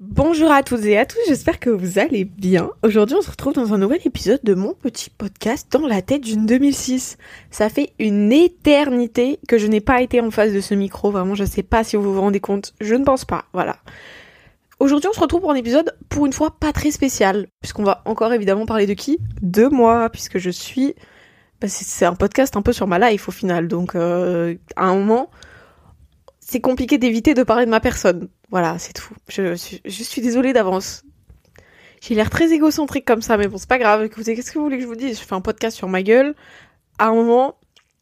Bonjour à toutes et à tous, j'espère que vous allez bien. Aujourd'hui on se retrouve dans un nouvel épisode de mon petit podcast dans la tête d'une 2006. Ça fait une éternité que je n'ai pas été en face de ce micro, vraiment je sais pas si vous vous rendez compte, je ne pense pas, voilà. Aujourd'hui on se retrouve pour un épisode pour une fois pas très spécial, puisqu'on va encore évidemment parler de qui ? De moi, puisque je suis... c'est un podcast un peu sur ma life au final, donc à un moment... c'est compliqué d'éviter de parler de ma personne. Voilà, c'est tout. Je suis désolée d'avance. J'ai l'air très égocentrique comme ça, mais bon, c'est pas grave. Écoutez, qu'est-ce que vous voulez que je vous dise ? Je fais un podcast sur ma gueule. À un moment,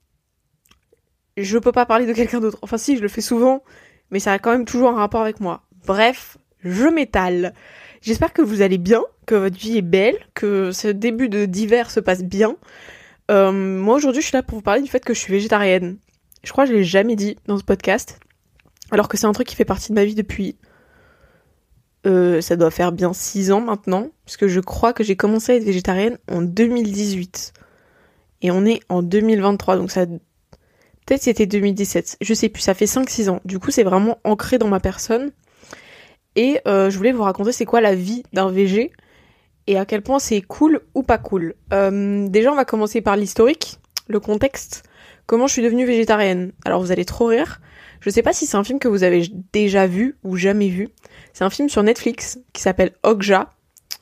je peux pas parler de quelqu'un d'autre. Enfin si, je le fais souvent, mais ça a quand même toujours un rapport avec moi. Bref, je m'étale. J'espère que vous allez bien, que votre vie est belle, que ce début d'hiver se passe bien. Moi, aujourd'hui, je suis là pour vous parler du fait que je suis végétarienne. Je crois que je l'ai jamais dit dans ce podcast. Alors que c'est un truc qui fait partie de ma vie depuis... ça doit faire bien 6 ans maintenant. Parce que je crois que j'ai commencé à être végétarienne en 2018. Et on est en 2023, donc ça... peut-être c'était 2017. Je sais plus, ça fait 5-6 ans. Du coup, c'est vraiment ancré dans ma personne. Et je voulais vous raconter c'est quoi la vie d'un végé. Et à quel point c'est cool ou pas cool. Déjà, on va commencer par l'historique, le contexte. Comment je suis devenue végétarienne ? Alors, vous allez trop rire. Je sais pas si c'est un film que vous avez déjà vu ou jamais vu. C'est un film sur Netflix qui s'appelle Okja.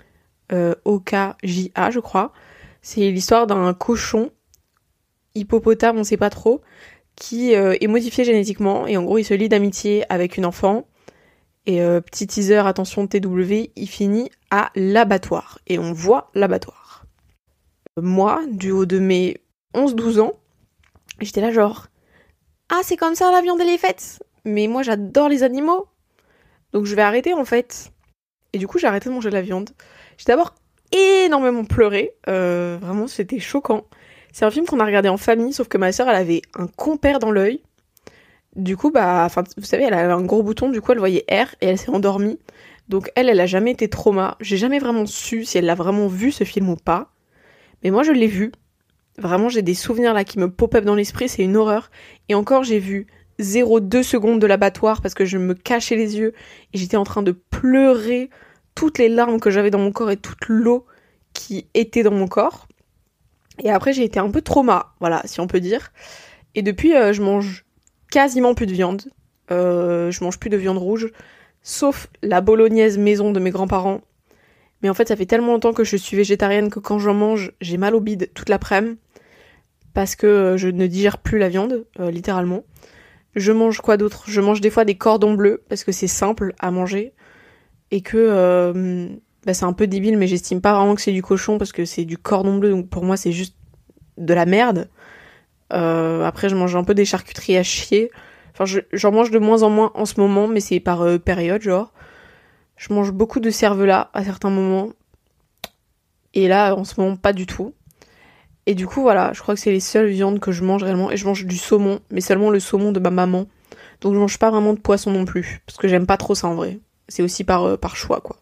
O-K-J-A, je crois. C'est l'histoire d'un cochon, hippopotame, on sait pas trop, qui est modifié génétiquement. Et en gros, il se lie d'amitié avec une enfant. Et petit teaser, attention TW, il finit à l'abattoir. Et on voit l'abattoir. Moi, du haut de mes 11-12 ans, j'étais là genre... ah, c'est comme ça la viande elle est faite. Mais moi j'adore les animaux. Donc je vais arrêter en fait. Et du coup j'ai arrêté de manger de la viande. J'ai d'abord énormément pleuré. Vraiment c'était choquant. C'est un film qu'on a regardé en famille, sauf que ma sœur elle avait un compère dans l'œil. Du coup vous savez elle avait un gros bouton, du coup elle voyait R et elle s'est endormie. Donc elle a jamais été trauma. J'ai jamais vraiment su si elle l'a vraiment vu ce film ou pas. Mais moi je l'ai vu. Vraiment, j'ai des souvenirs là qui me pop-up dans l'esprit, c'est une horreur. Et encore, j'ai vu 0,2 secondes de l'abattoir parce que je me cachais les yeux et j'étais en train de pleurer toutes les larmes que j'avais dans mon corps et toute l'eau qui était dans mon corps. Et après, j'ai été un peu trauma, voilà, si on peut dire. Et depuis, je mange quasiment plus de viande. Je mange plus de viande rouge, sauf la bolognaise maison de mes grands-parents. Mais en fait, ça fait tellement longtemps que je suis végétarienne que quand j'en mange, j'ai mal au bide toute l'après-midi. Parce que je ne digère plus la viande, littéralement. Je mange quoi d'autre ? Je mange des fois des cordons bleus, parce que c'est simple à manger. Et que c'est un peu débile, mais j'estime pas vraiment que c'est du cochon, parce que c'est du cordon bleu, donc pour moi c'est juste de la merde. Après, je mange un peu des charcuteries à chier. Enfin, j'en mange de moins en moins en ce moment, mais c'est par période, genre. Je mange beaucoup de cervelas à certains moments. Et là, en ce moment, pas du tout. Et du coup, voilà, je crois que c'est les seules viandes que je mange réellement. Et je mange du saumon, mais seulement le saumon de ma maman. Donc je mange pas vraiment de poisson non plus. Parce que j'aime pas trop ça en vrai. C'est aussi par choix, quoi.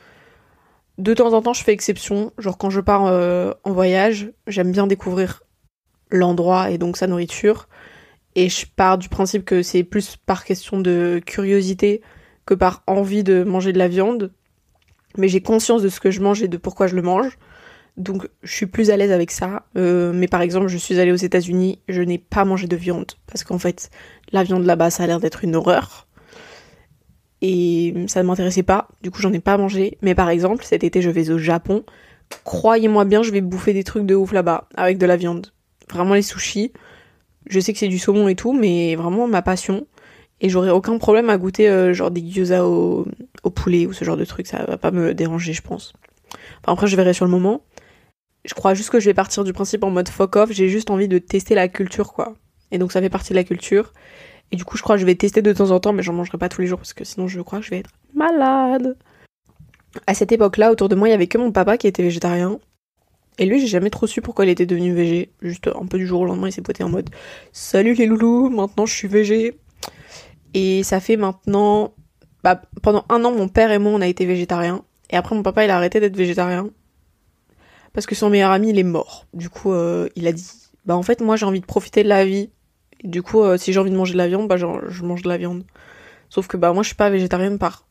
De temps en temps, je fais exception. Genre quand je pars en voyage, j'aime bien découvrir l'endroit et donc sa nourriture. Et je pars du principe que c'est plus par question de curiosité que par envie de manger de la viande. Mais j'ai conscience de ce que je mange et de pourquoi je le mange. Donc je suis plus à l'aise avec ça. Mais par exemple, je suis allée aux États-Unis, je n'ai pas mangé de viande. Parce qu'en fait, la viande là-bas, ça a l'air d'être une horreur. Et ça ne m'intéressait pas. Du coup, j'en ai pas mangé. Mais par exemple, cet été, je vais au Japon. Croyez-moi bien, je vais bouffer des trucs de ouf là-bas, avec de la viande. Vraiment les sushis. Je sais que c'est du saumon et tout, mais vraiment ma passion. Et j'aurais aucun problème à goûter genre des gyoza au poulet ou ce genre de truc. Ça va pas me déranger, je pense. Enfin, après, je verrai sur le moment. Je crois juste que je vais partir du principe en mode fuck off. J'ai juste envie de tester la culture, quoi. Et donc ça fait partie de la culture. Et du coup, je crois que je vais tester de temps en temps, mais j'en mangerai pas tous les jours parce que sinon je crois que je vais être malade. À cette époque-là, autour de moi, il y avait que mon papa qui était végétarien. Et lui, j'ai jamais trop su pourquoi il était devenu végé. Juste un peu du jour au lendemain, il s'est poté en mode « Salut les loulous, maintenant je suis végé ». Et ça fait maintenant... pendant 1 an, mon père et moi, on a été végétariens. Et après, mon papa, il a arrêté d'être végétarien. Parce que son meilleur ami, il est mort. Du coup, il a dit « en fait, moi, j'ai envie de profiter de la vie. Et du coup, si j'ai envie de manger de la viande, je mange de la viande. » Sauf que moi, je suis pas végétarienne par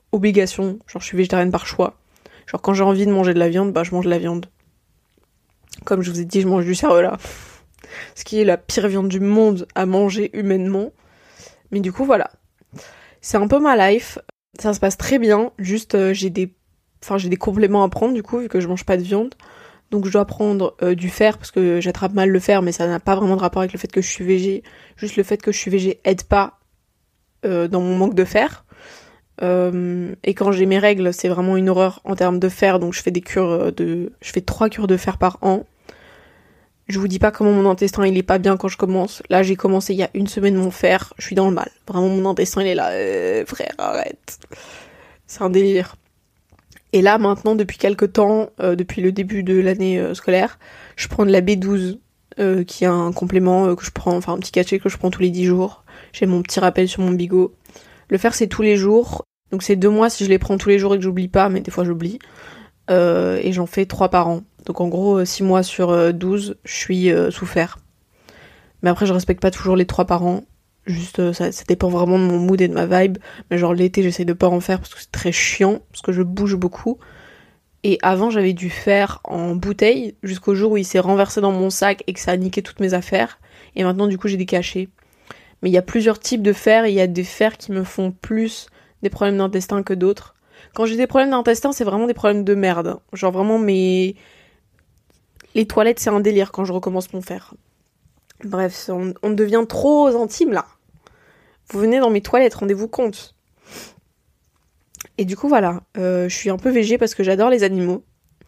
obligation, genre je suis végétarienne par choix. Genre quand j'ai envie de manger de la viande, bah je mange de la viande. Comme je vous ai dit, je mange du cervelas. Ce qui est la pire viande du monde à manger humainement. Mais du coup, voilà. C'est un peu ma life. Ça se passe très bien. Juste, j'ai des compléments à prendre, du coup, vu que je mange pas de viande. Donc je dois prendre du fer, parce que j'attrape mal le fer, mais ça n'a pas vraiment de rapport avec le fait que je suis végé. Juste le fait que je suis végé aide pas dans mon manque de fer. Et quand j'ai mes règles, c'est vraiment une horreur en termes de fer, donc je fais 3 cures de fer par an. Je vous dis pas comment mon intestin il est pas bien quand je commence. Là j'ai commencé il y a une semaine mon fer, je suis dans le mal. Vraiment mon intestin il est là, frère arrête. C'est un délire. Et là maintenant depuis quelques temps, depuis le début de l'année scolaire, je prends de la B12, qui est un complément que je prends, enfin un petit cachet que je prends tous les 10 jours. J'ai mon petit rappel sur mon bigot. Le fer c'est tous les jours, donc c'est 2 mois si je les prends tous les jours et que j'oublie pas, mais des fois j'oublie. Et j'en fais 3 par an. Donc en gros 6 mois sur 12, je suis sous fer. Mais après je respecte pas toujours les 3 par an. Juste ça dépend vraiment de mon mood et de ma vibe. Mais genre l'été j'essaie de pas en faire parce que c'est très chiant, parce que je bouge beaucoup. Et avant j'avais du fer en bouteille jusqu'au jour où il s'est renversé dans mon sac et que ça a niqué toutes mes affaires. Et maintenant du coup j'ai des cachets. Mais il y a plusieurs types de fer et il y a des fers qui me font plus des problèmes d'intestin que d'autres. Quand j'ai des problèmes d'intestin, c'est vraiment des problèmes de merde. Genre vraiment les toilettes, c'est un délire quand je recommence mon fer. Bref, on devient trop intime là. Vous venez dans mes toilettes, rendez-vous compte. Et du coup voilà, je suis un peu végé parce que j'adore les animaux.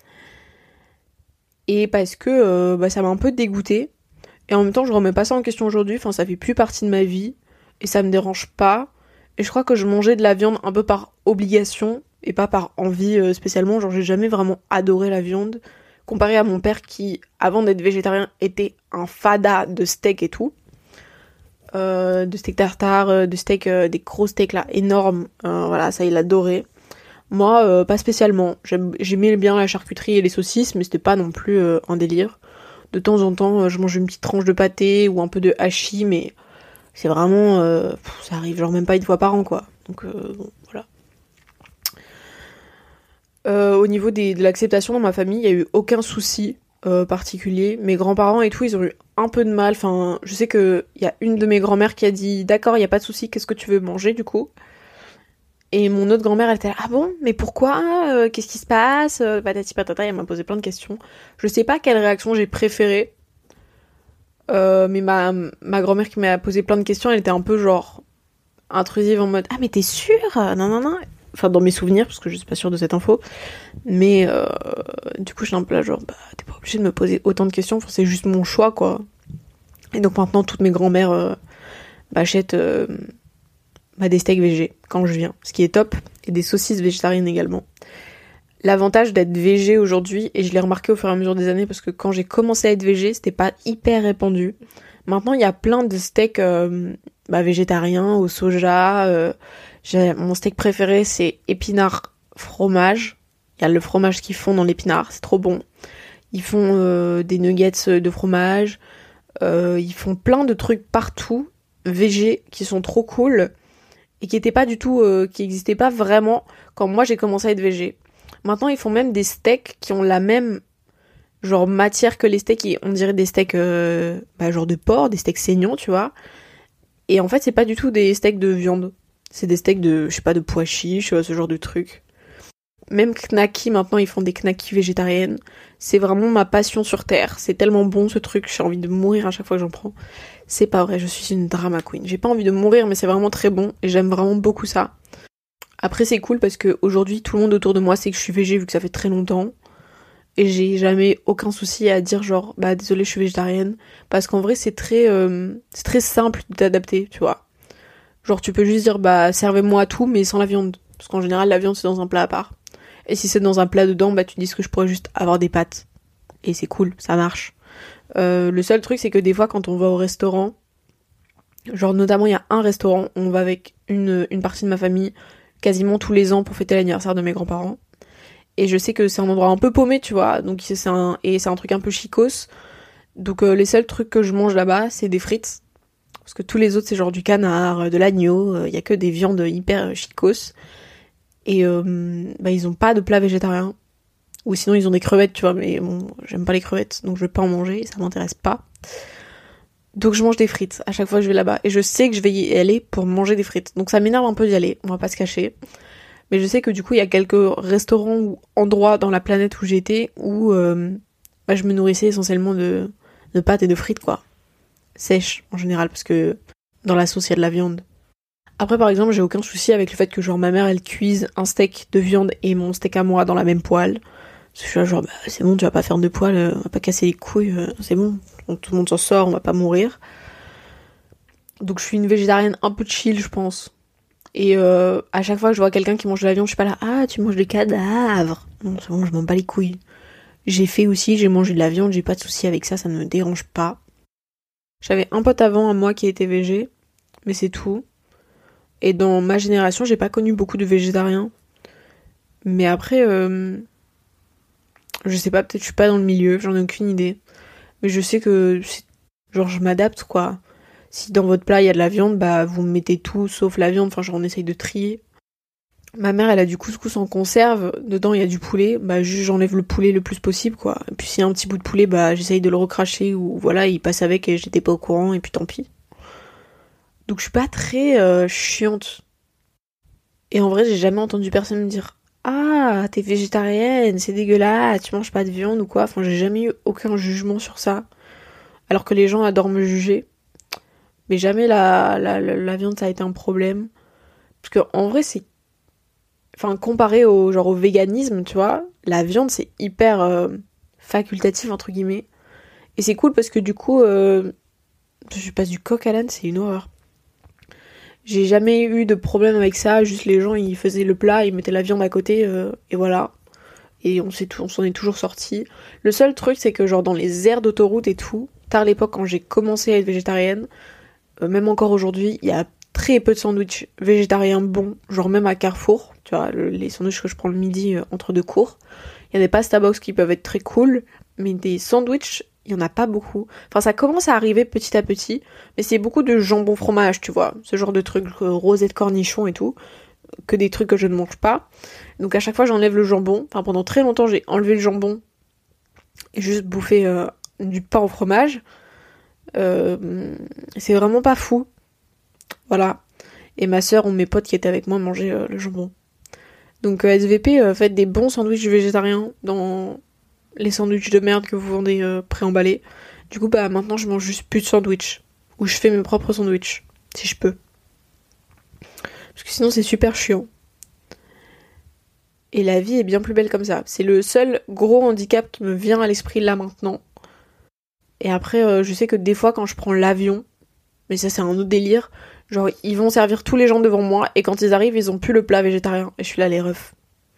Et parce que ça m'a un peu dégoûtée. Et en même temps, je remets pas ça en question aujourd'hui, enfin ça fait plus partie de ma vie. Et ça me dérange pas. Et je crois que je mangeais de la viande un peu par obligation et pas par envie spécialement. Genre j'ai jamais vraiment adoré la viande. Comparé à mon père qui, avant d'être végétarien, était un fada de steak et tout. De steak tartare, de steak, des gros steaks là, énormes. Voilà, ça il adorait. Moi, pas spécialement. J'aimais bien la charcuterie et les saucisses, mais c'était pas non plus un délire. De temps en temps, je mange une petite tranche de pâté ou un peu de hachis, mais c'est vraiment... ça arrive genre même pas une fois par an, quoi. Donc, bon, voilà. Au niveau de l'acceptation dans ma famille, il y a eu aucun souci particulier. Mes grands-parents et tout, ils ont eu un peu de mal. Enfin, je sais qu'il y a une de mes grand-mères qui a dit « D'accord, il n'y a pas de souci, qu'est-ce que tu veux manger, du coup ?» Et mon autre grand-mère, elle était là, ah bon, mais pourquoi qu'est-ce qui se passe patati patata, elle m'a posé plein de questions. Je sais pas quelle réaction j'ai préférée, mais ma grand-mère qui m'a posé plein de questions, elle était un peu genre intrusive en mode, ah mais t'es sûre non, non, non. Enfin, dans mes souvenirs, parce que je suis pas sûre de cette info. Mais du coup, je suis un peu là genre, bah t'es pas obligée de me poser autant de questions, enfin, c'est juste mon choix, quoi. Et donc maintenant, toutes mes grand-mères achètent... des steaks végés quand je viens, ce qui est top, et des saucisses végétariennes également. L'avantage d'être végé aujourd'hui, et je l'ai remarqué au fur et à mesure des années, parce que quand j'ai commencé à être végé, c'était pas hyper répandu. Maintenant, il y a plein de steaks végétariens, au soja. Mon steak préféré, c'est épinard fromage. Il y a le fromage qu'ils font dans l'épinard, c'est trop bon. Ils font des nuggets de fromage. Ils font plein de trucs partout, végés, qui sont trop cool. Et qui étaient pas du tout, qui existaient pas vraiment quand moi j'ai commencé à être végé. Maintenant ils font même des steaks qui ont la même genre matière que les steaks, on dirait des steaks genre de porc, des steaks saignants, tu vois. Et en fait c'est pas du tout des steaks de viande, c'est des steaks de, je sais pas, de pois chiches, ce genre de truc. Même knacky, maintenant ils font des knacky végétariennes. C'est vraiment ma passion sur terre. C'est tellement bon ce truc, j'ai envie de mourir à chaque fois que j'en prends. C'est pas vrai, je suis une drama queen. J'ai pas envie de mourir, mais c'est vraiment très bon et j'aime vraiment beaucoup ça. Après c'est cool parce que aujourd'hui tout le monde autour de moi sait que je suis végé vu que ça fait très longtemps. Et j'ai jamais aucun souci à dire genre bah désolé je suis végétarienne. Parce qu'en vrai c'est très simple de t'adapter, tu vois. Genre tu peux juste dire bah servez-moi tout mais sans la viande. Parce qu'en général la viande c'est dans un plat à part. Et si c'est dans un plat dedans, bah tu dis que je pourrais juste avoir des pâtes. Et c'est cool, ça marche. Le seul truc c'est que des fois quand on va au restaurant, genre notamment il y a un restaurant où on va avec une partie de ma famille quasiment tous les ans pour fêter l'anniversaire de mes grands-parents. Et je sais que c'est un endroit un peu paumé, tu vois, donc c'est un truc un peu chicos. Donc les seuls trucs que je mange là-bas, c'est des frites. Parce que tous les autres c'est genre du canard, de l'agneau, y a que des viandes hyper chicos. Et ils ont pas de plat végétarien. Ou sinon ils ont des crevettes, tu vois, mais bon, j'aime pas les crevettes, donc je vais pas en manger, ça m'intéresse pas. Donc je mange des frites à chaque fois que je vais là-bas. Et je sais que je vais y aller pour manger des frites. Donc ça m'énerve un peu d'y aller, on va pas se cacher. Mais je sais que du coup il y a quelques restaurants ou endroits dans la planète où j'étais où je me nourrissais essentiellement de pâtes et de frites, quoi. Sèches en général, parce que dans la sauce il y a de la viande. Après par exemple j'ai aucun souci avec le fait que genre ma mère elle cuise un steak de viande et mon steak à moi dans la même poêle. Je suis là genre c'est bon, tu vas pas faire de poêle, on va pas casser les couilles, c'est bon. Donc, tout le monde s'en sort, on va pas mourir. Donc je suis une végétarienne un peu chill, je pense. Et à chaque fois que je vois quelqu'un qui mange de la viande, je suis pas là, ah tu manges des cadavres. Non, c'est bon, je m'en bats les couilles. J'ai fait aussi, j'ai mangé de la viande, j'ai pas de souci avec ça, ça ne me dérange pas. J'avais un pote avant à moi qui était végé, mais c'est tout. Et dans ma génération, j'ai pas connu beaucoup de végétariens. Mais après, je sais pas, peut-être je suis pas dans le milieu, j'en ai aucune idée. Mais je sais que, genre, je m'adapte, quoi. Si dans votre plat il y a de la viande, bah vous mettez tout sauf la viande, enfin genre on essaye de trier. Ma mère elle a du couscous en conserve, dedans il y a du poulet, bah juste j'enlève le poulet le plus possible, quoi. Et puis s'il y a un petit bout de poulet, bah j'essaye de le recracher ou voilà, il passe avec et j'étais pas au courant et puis tant pis. Donc je suis pas très chiante. Et en vrai j'ai jamais entendu personne me dire ah t'es végétarienne, c'est dégueulasse, tu manges pas de viande ou quoi. Enfin j'ai jamais eu aucun jugement sur ça. Alors que les gens adorent me juger. Mais jamais la viande ça a été un problème. Parce que en vrai c'est... Enfin comparé au véganisme, tu vois, la viande c'est hyper facultatif entre guillemets. Et c'est cool parce que du coup, je passe du coq à l'âne, c'est une horreur. J'ai jamais eu de problème avec ça, juste les gens ils faisaient le plat, ils mettaient la viande à côté, et voilà. Et on s'en est toujours sortis. Le seul truc c'est que genre dans les aires d'autoroute et tout, tard l'époque quand j'ai commencé à être végétarienne, même encore aujourd'hui, il y a très peu de sandwichs végétariens bons, genre même à Carrefour, tu vois, les sandwichs que je prends le midi entre deux cours. Il y a des pasta box qui peuvent être très cool, mais des sandwichs, il y en a pas beaucoup. Enfin, ça commence à arriver petit à petit, mais c'est beaucoup de jambon fromage, tu vois, ce genre de trucs, rosette cornichon et tout, que des trucs que je ne mange pas. Donc à chaque fois, j'enlève le jambon. Enfin, pendant très longtemps, j'ai enlevé le jambon et juste bouffé du pain au fromage. C'est vraiment pas fou. Voilà. Et ma soeur ou mes potes qui étaient avec moi mangeaient le jambon. Donc SVP, faites des bons sandwichs végétariens dans les sandwichs de merde que vous vendez préemballés. Du coup, bah maintenant je mange juste plus de sandwichs. Ou je fais mes propres sandwichs, si je peux. Parce que sinon c'est super chiant. Et la vie est bien plus belle comme ça. C'est le seul gros handicap qui me vient à l'esprit là maintenant. Et après, je sais que des fois quand je prends l'avion, mais ça c'est un autre délire, genre ils vont servir tous les gens devant moi et quand ils arrivent ils ont plus le plat végétarien. Et je suis là les refs.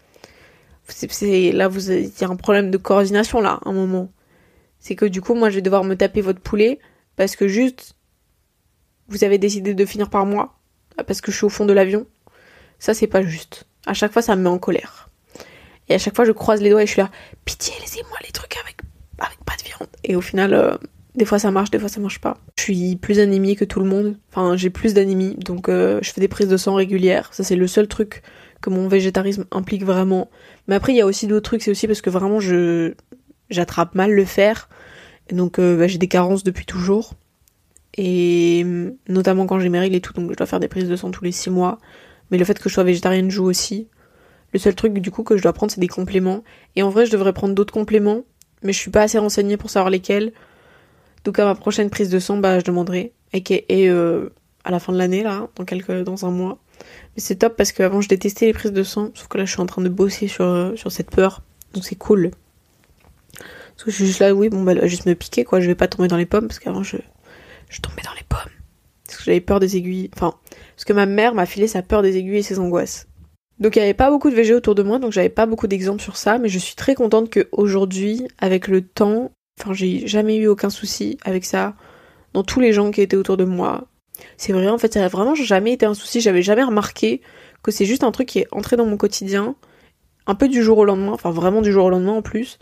Là il y a un problème de coordination là, un moment. C'est que du coup moi je vais devoir me taper votre poulet parce que juste vous avez décidé de finir par moi parce que je suis au fond de l'avion. Ça c'est pas juste. À chaque fois ça me met en colère. Et à chaque fois je croise les doigts et je suis là pitié laissez-moi les trucs avec pas de viande. Et au final des fois ça marche, des fois ça marche pas. Je suis plus anémie que tout le monde. Enfin j'ai plus d'anémie donc je fais des prises de sang régulières. Ça c'est le seul truc que mon végétarisme implique vraiment. Mais après il y a aussi d'autres trucs, c'est aussi parce que vraiment j'attrape mal le fer. Et donc j'ai des carences depuis toujours. Et notamment quand j'ai mes règles et tout, donc je dois faire des prises de sang tous les 6 mois. Mais le fait que je sois végétarienne joue aussi. Le seul truc du coup que je dois prendre c'est des compléments. Et en vrai je devrais prendre d'autres compléments, mais je suis pas assez renseignée pour savoir lesquels. Donc à ma prochaine prise de sang, bah je demanderai. Et à la fin de l'année là, dans un mois. Mais c'est top parce qu'avant je détestais les prises de sang, sauf que là je suis en train de bosser sur cette peur. Donc c'est cool. Parce que je suis juste là, oui, bon bah elle va juste me piquer quoi, je vais pas tomber dans les pommes parce qu'avant je tombais dans les pommes. Parce que j'avais peur des aiguilles. Enfin, parce que ma mère m'a filé sa peur des aiguilles et ses angoisses. Donc il y avait pas beaucoup de végé autour de moi, donc j'avais pas beaucoup d'exemples sur ça, mais je suis très contente qu'aujourd'hui, avec le temps, enfin j'ai jamais eu aucun souci avec ça, dans tous les gens qui étaient autour de moi. C'est vrai, en fait, ça a vraiment jamais été un souci, j'avais jamais remarqué que c'est juste un truc qui est entré dans mon quotidien, un peu du jour au lendemain, enfin vraiment du jour au lendemain en plus.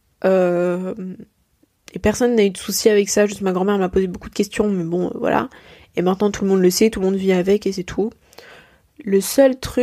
Et personne n'a eu de souci avec ça, juste ma grand-mère m'a posé beaucoup de questions, mais bon, voilà. Et maintenant tout le monde le sait, tout le monde vit avec et c'est tout. Le seul truc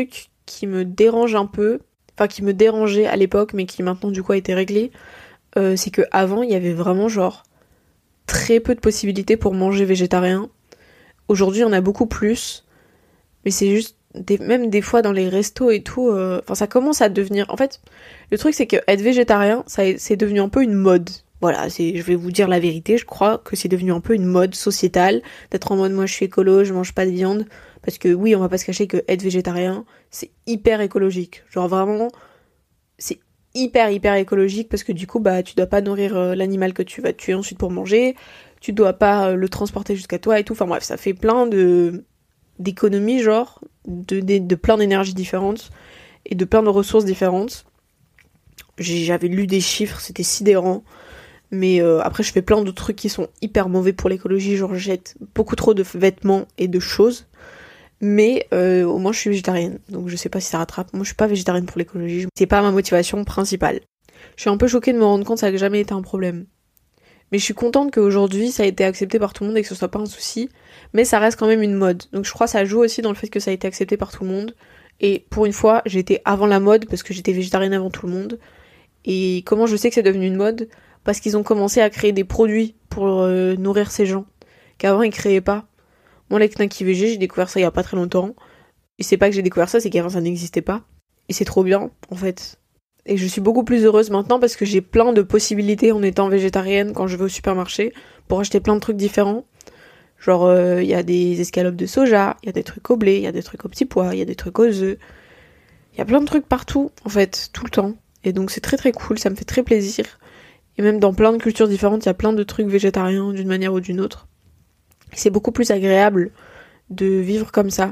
qui me dérange un peu, enfin qui me dérangeait à l'époque, mais qui maintenant du coup a été réglé, c'est que avant il y avait vraiment genre très peu de possibilités pour manger végétarien. Aujourd'hui, on a beaucoup plus, mais c'est juste même des fois dans les restos et tout, ça commence à devenir. En fait, le truc c'est que être végétarien, c'est devenu un peu une mode. Voilà, je vais vous dire la vérité, je crois que c'est devenu un peu une mode sociétale d'être en mode moi je suis écolo, je mange pas de viande, parce que oui, on va pas se cacher que être végétarien, c'est hyper écologique. Genre vraiment, c'est hyper écologique parce que du coup tu dois pas nourrir l'animal que tu vas tuer ensuite pour manger, tu dois pas le transporter jusqu'à toi et tout. Enfin bref, ça fait plein d'économies genre de plein d'énergies différentes et de plein de ressources différentes. J'avais lu des chiffres, c'était sidérant. Mais après je fais plein d'autres trucs qui sont hyper mauvais pour l'écologie, genre je jette beaucoup trop de vêtements et de choses. Mais au moins je suis végétarienne, donc je sais pas si ça rattrape. Moi je suis pas végétarienne pour l'écologie, c'est pas ma motivation principale. Je suis un peu choquée de me rendre compte que ça n'a jamais été un problème. Mais je suis contente qu'aujourd'hui ça a été accepté par tout le monde et que ce soit pas un souci. Mais ça reste quand même une mode. Donc je crois que ça joue aussi dans le fait que ça a été accepté par tout le monde. Et pour une fois, j'étais avant la mode parce que j'étais végétarienne avant tout le monde. Et comment je sais que c'est devenu une mode ? Parce qu'ils ont commencé à créer des produits pour nourrir ces gens, qu'avant ils créaient pas. Moi, les knackis végé, j'ai découvert ça il y a pas très longtemps. Et c'est pas que j'ai découvert ça, c'est qu'avant ça n'existait pas. Et c'est trop bien, en fait. Et je suis beaucoup plus heureuse maintenant parce que j'ai plein de possibilités en étant végétarienne quand je vais au supermarché pour acheter plein de trucs différents. Genre, y a des escalopes de soja, il y a des trucs au blé, il y a des trucs aux petits pois, il y a des trucs aux œufs. Il y a plein de trucs partout, en fait, tout le temps. Et donc c'est très cool, ça me fait très plaisir. Et même dans plein de cultures différentes, il y a plein de trucs végétariens d'une manière ou d'une autre. Et c'est beaucoup plus agréable de vivre comme ça.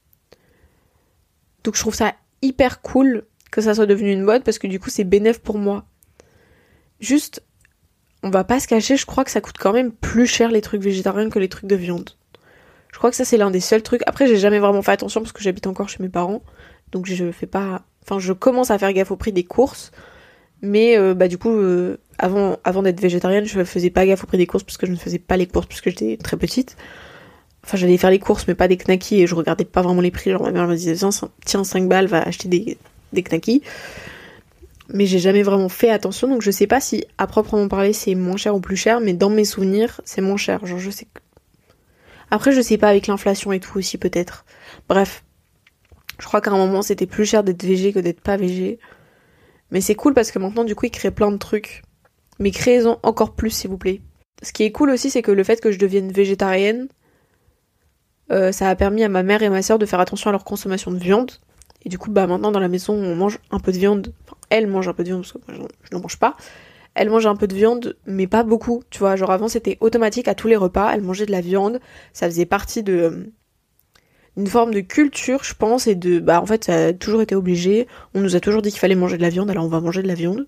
Donc je trouve ça hyper cool que ça soit devenu une mode parce que du coup c'est bénéf pour moi. Juste, on va pas se cacher, je crois que ça coûte quand même plus cher les trucs végétariens que les trucs de viande. Je crois que ça c'est l'un des seuls trucs. Après j'ai jamais vraiment fait attention parce que j'habite encore chez mes parents. Donc je fais pas... Enfin je commence à faire gaffe au prix des courses. Mais du coup, avant d'être végétarienne, je faisais pas gaffe au prix des courses parce que je ne faisais pas les courses parce que j'étais très petite. Enfin, j'allais faire les courses, mais pas des knackis et je regardais pas vraiment les prix. Genre, ma mère me disait, tiens, 5 balles, va acheter des knackis. Mais j'ai jamais vraiment fait attention, donc je sais pas si, à proprement parler, c'est moins cher ou plus cher, mais dans mes souvenirs, c'est moins cher. Genre, je sais que... Après, je sais pas, avec l'inflation et tout aussi, peut-être. Bref. Je crois qu'à un moment, c'était plus cher d'être végé que d'être pas végé. Mais c'est cool parce que maintenant, du coup, ils créent plein de trucs. Mais créez-en encore plus, s'il vous plaît. Ce qui est cool aussi, c'est que le fait que je devienne végétarienne, ça a permis à ma mère et ma sœur de faire attention à leur consommation de viande. Et du coup, maintenant, dans la maison, on mange un peu de viande. Enfin, elle mange un peu de viande, parce que moi, je n'en mange pas. Elle mange un peu de viande, mais pas beaucoup, tu vois. Genre, avant, c'était automatique à tous les repas. Elle mangeait de la viande. Ça faisait partie d'une forme de culture, je pense, et en fait, ça a toujours été obligé. On nous a toujours dit qu'il fallait manger de la viande, alors on va manger de la viande.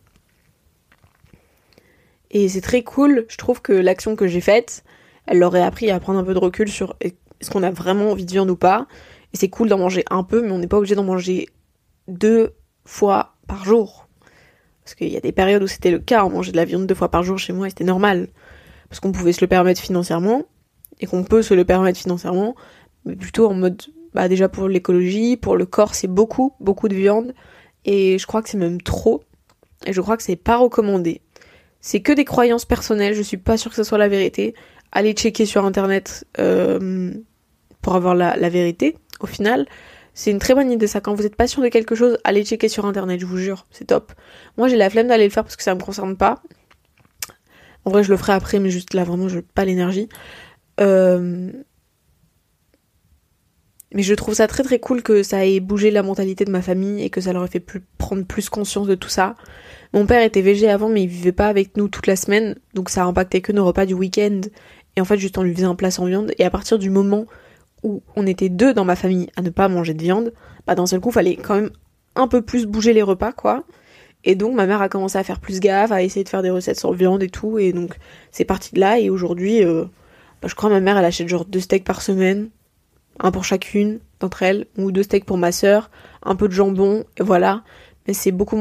Et c'est très cool, je trouve que l'action que j'ai faite, elle leur a appris à prendre un peu de recul sur est-ce qu'on a vraiment envie de viande ou pas. Et c'est cool d'en manger un peu, mais on n'est pas obligé d'en manger 2 fois par jour. Parce qu'il y a des périodes où c'était le cas, on mangeait de la viande 2 fois par jour chez moi et c'était normal. Parce qu'on pouvait se le permettre financièrement, et qu'on peut se le permettre financièrement, mais plutôt en mode, déjà pour l'écologie, pour le corps, c'est beaucoup de viande, et je crois que c'est même trop, et je crois que c'est pas recommandé. C'est que des croyances personnelles, je suis pas sûre que ce soit la vérité. Allez checker sur internet pour avoir la vérité, au final. C'est une très bonne idée ça, quand vous êtes passion de quelque chose, allez checker sur internet, je vous jure, c'est top. Moi j'ai la flemme d'aller le faire parce que ça me concerne pas. En vrai je le ferai après, mais juste là vraiment j'ai pas l'énergie. Mais je trouve ça très cool que ça ait bougé la mentalité de ma famille et que ça leur ait fait prendre plus conscience de tout ça. Mon père était végé avant, mais il vivait pas avec nous toute la semaine, donc ça a impacté que nos repas du week-end. Et en fait, juste on lui faisait un plat sans viande. Et à partir du moment où on était 2 dans ma famille à ne pas manger de viande, d'un seul coup, fallait quand même un peu plus bouger les repas, quoi. Et donc ma mère a commencé à faire plus gaffe, à essayer de faire des recettes sans viande et tout. Et donc c'est parti de là. Et aujourd'hui, je crois ma mère, elle achète genre 2 steaks par semaine. Un pour chacune d'entre elles, ou 2 steaks pour ma sœur, un peu de jambon, et voilà. Mais c'est beaucoup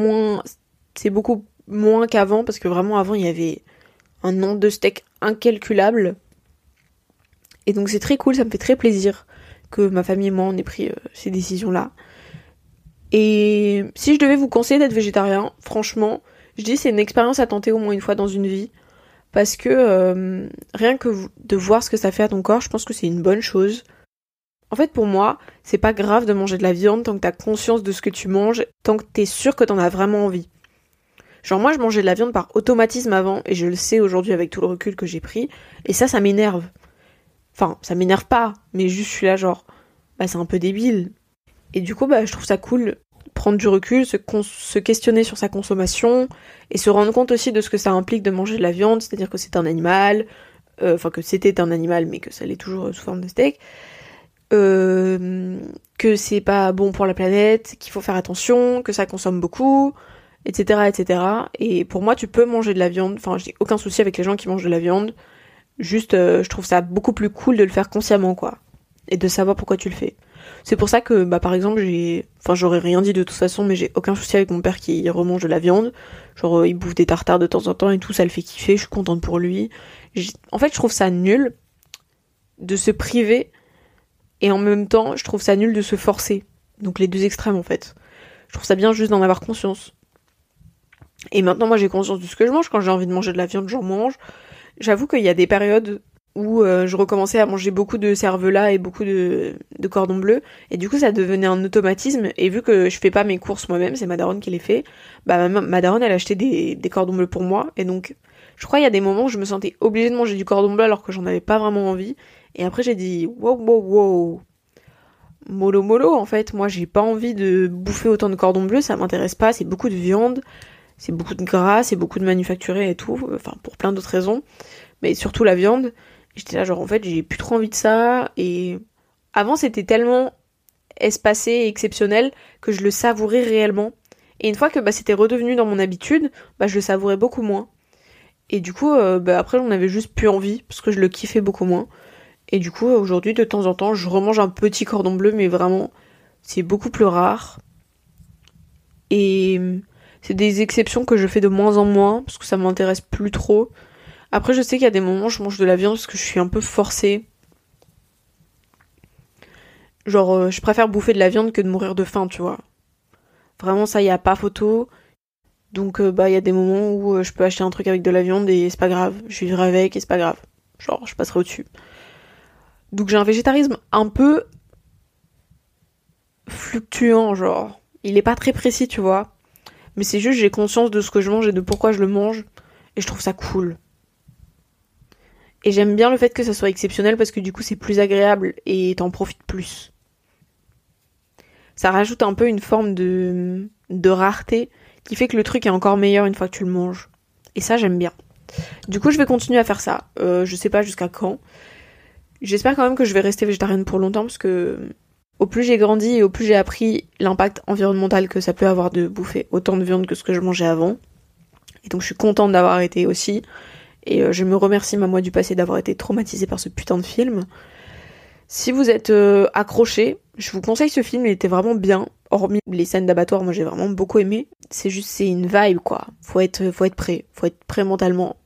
moins qu'avant, parce que vraiment avant il y avait un nombre de steaks incalculable. Et donc c'est très cool, ça me fait très plaisir que ma famille et moi on ait pris ces décisions-là. Et si je devais vous conseiller d'être végétarien, franchement, je dis c'est une expérience à tenter au moins une fois dans une vie. Parce que rien que de voir ce que ça fait à ton corps, je pense que c'est une bonne chose. En fait, pour moi, c'est pas grave de manger de la viande tant que t'as conscience de ce que tu manges, tant que t'es sûr que t'en as vraiment envie. Genre moi, je mangeais de la viande par automatisme avant, et je le sais aujourd'hui avec tout le recul que j'ai pris, et ça m'énerve. Enfin, ça m'énerve pas, mais juste je suis là genre, bah c'est un peu débile. Et du coup, bah je trouve ça cool, prendre du recul, se questionner sur sa consommation, et se rendre compte aussi de ce que ça implique de manger de la viande, c'est-à-dire que c'est un animal, enfin que c'était un animal, mais que ça l'est toujours sous forme de steak, que c'est pas bon pour la planète, qu'il faut faire attention, que ça consomme beaucoup, etc., etc. Et pour moi, tu peux manger de la viande, enfin j'ai aucun souci avec les gens qui mangent de la viande, juste je trouve ça beaucoup plus cool de le faire consciemment, quoi, et de savoir pourquoi tu le fais. C'est pour ça que, bah, par exemple, j'aurais rien dit de toute façon, mais j'ai aucun souci avec mon père qui remange de la viande. Genre, il bouffe des tartares de temps en temps et tout, ça le fait kiffer, je suis contente pour lui. En fait, je trouve ça nul de se priver, et en même temps, je trouve ça nul de se forcer. Donc les deux extrêmes, en fait. Je trouve ça bien juste d'en avoir conscience. Et maintenant, moi, j'ai conscience de ce que je mange. Quand j'ai envie de manger de la viande, j'en mange. J'avoue qu'il y a des périodes où je recommençais à manger beaucoup de cervelas et beaucoup de cordon bleu, et du coup ça devenait un automatisme, et vu que je fais pas mes courses moi-même, c'est ma daronne qui les fait, bah ma daronne elle achetait des cordons bleus pour moi, et donc je crois il y a des moments où je me sentais obligée de manger du cordon bleu alors que j'en avais pas vraiment envie, et après j'ai dit wow, mollo en fait, moi j'ai pas envie de bouffer autant de cordon bleu, ça m'intéresse pas, c'est beaucoup de viande, c'est beaucoup de gras, c'est beaucoup de manufacturé et tout, enfin pour plein d'autres raisons, mais surtout la viande. J'étais là genre en fait j'ai plus trop envie de ça, et avant c'était tellement espacé et exceptionnel que je le savourais réellement, et une fois que bah c'était redevenu dans mon habitude, bah je le savourais beaucoup moins, et du coup bah après j'en avais juste plus envie parce que je le kiffais beaucoup moins, et du coup aujourd'hui de temps en temps je remange un petit cordon bleu, mais vraiment c'est beaucoup plus rare, et c'est des exceptions que je fais de moins en moins parce que ça m'intéresse plus trop. Après, je sais qu'il y a des moments où je mange de la viande parce que je suis un peu forcée. Genre, je préfère bouffer de la viande que de mourir de faim, tu vois. Vraiment, ça, y a pas photo. Donc, bah, il y a des moments où je peux acheter un truc avec de la viande et c'est pas grave. Je vivrai avec et c'est pas grave. Genre, je passerai au-dessus. Donc, j'ai un végétarisme un peu fluctuant, genre. Il est pas très précis, tu vois. Mais c'est juste, j'ai conscience de ce que je mange et de pourquoi je le mange. Et je trouve ça cool. Et j'aime bien le fait que ça soit exceptionnel parce que du coup c'est plus agréable et t'en profites plus. Ça rajoute un peu une forme de rareté qui fait que le truc est encore meilleur une fois que tu le manges. Et ça j'aime bien. Du coup je vais continuer à faire ça. Je sais pas jusqu'à quand. J'espère quand même que je vais rester végétarienne pour longtemps parce que au plus j'ai grandi et au plus j'ai appris l'impact environnemental que ça peut avoir de bouffer autant de viande que ce que je mangeais avant. Et donc je suis contente d'avoir arrêté aussi. Et je me remercie ma moi du passé d'avoir été traumatisée par ce putain de film. Si vous êtes accrochés, je vous conseille ce film, il était vraiment bien. Hormis les scènes d'abattoir, moi j'ai vraiment beaucoup aimé. C'est une vibe quoi. Faut être prêt mentalement.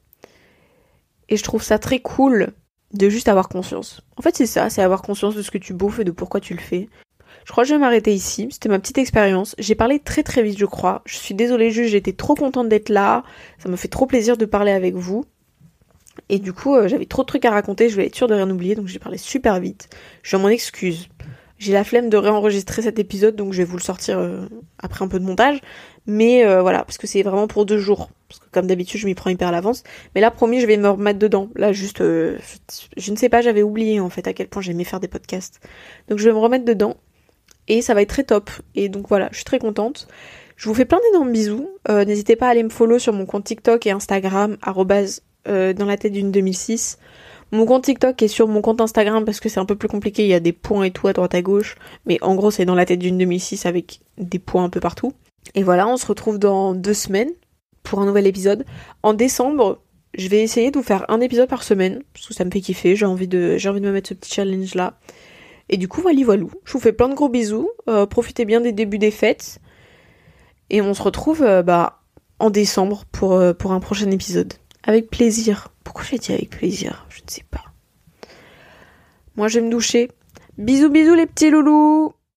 Et je trouve ça très cool de juste avoir conscience. En fait c'est ça, c'est avoir conscience de ce que tu bouffes et de pourquoi tu le fais. Je crois que je vais m'arrêter ici, c'était ma petite expérience. J'ai parlé très très vite je crois. Je suis désolée, juste j'étais trop contente d'être là. Ça me fait trop plaisir de parler avec vous. Et du coup, j'avais trop de trucs à raconter, je voulais être sûre de rien oublier, donc j'ai parlé super vite. Je m'en excuse. J'ai la flemme de réenregistrer cet épisode, donc je vais vous le sortir après un peu de montage. Mais voilà, parce que c'est vraiment pour 2 jours. Parce que comme d'habitude, je m'y prends hyper à l'avance. Mais là, promis, je vais me remettre dedans. Là, juste, je ne sais pas, j'avais oublié en fait à quel point j'aimais faire des podcasts. Donc je vais me remettre dedans. Et ça va être très top. Et donc voilà, je suis très contente. Je vous fais plein d'énormes bisous. N'hésitez pas à aller me follow sur mon compte TikTok et Instagram, dans la tête d'une 2006. Mon compte TikTok est sur mon compte Instagram parce que c'est un peu plus compliqué, il y a des points et tout à droite à gauche, mais en gros c'est dans la tête d'une 2006 avec des points un peu partout. Et voilà, on se retrouve dans 2 semaines pour un nouvel épisode. En décembre, je vais essayer de vous faire un épisode par semaine, parce que ça me fait kiffer, j'ai envie de me mettre ce petit challenge là. Et du coup, voilà, je vous fais plein de gros bisous, profitez bien des débuts des fêtes, et on se retrouve en décembre pour un prochain épisode. Avec plaisir. Pourquoi j'ai dit avec plaisir ? Je ne sais pas. Moi, je vais me doucher. Bisous, bisous les petits loulous.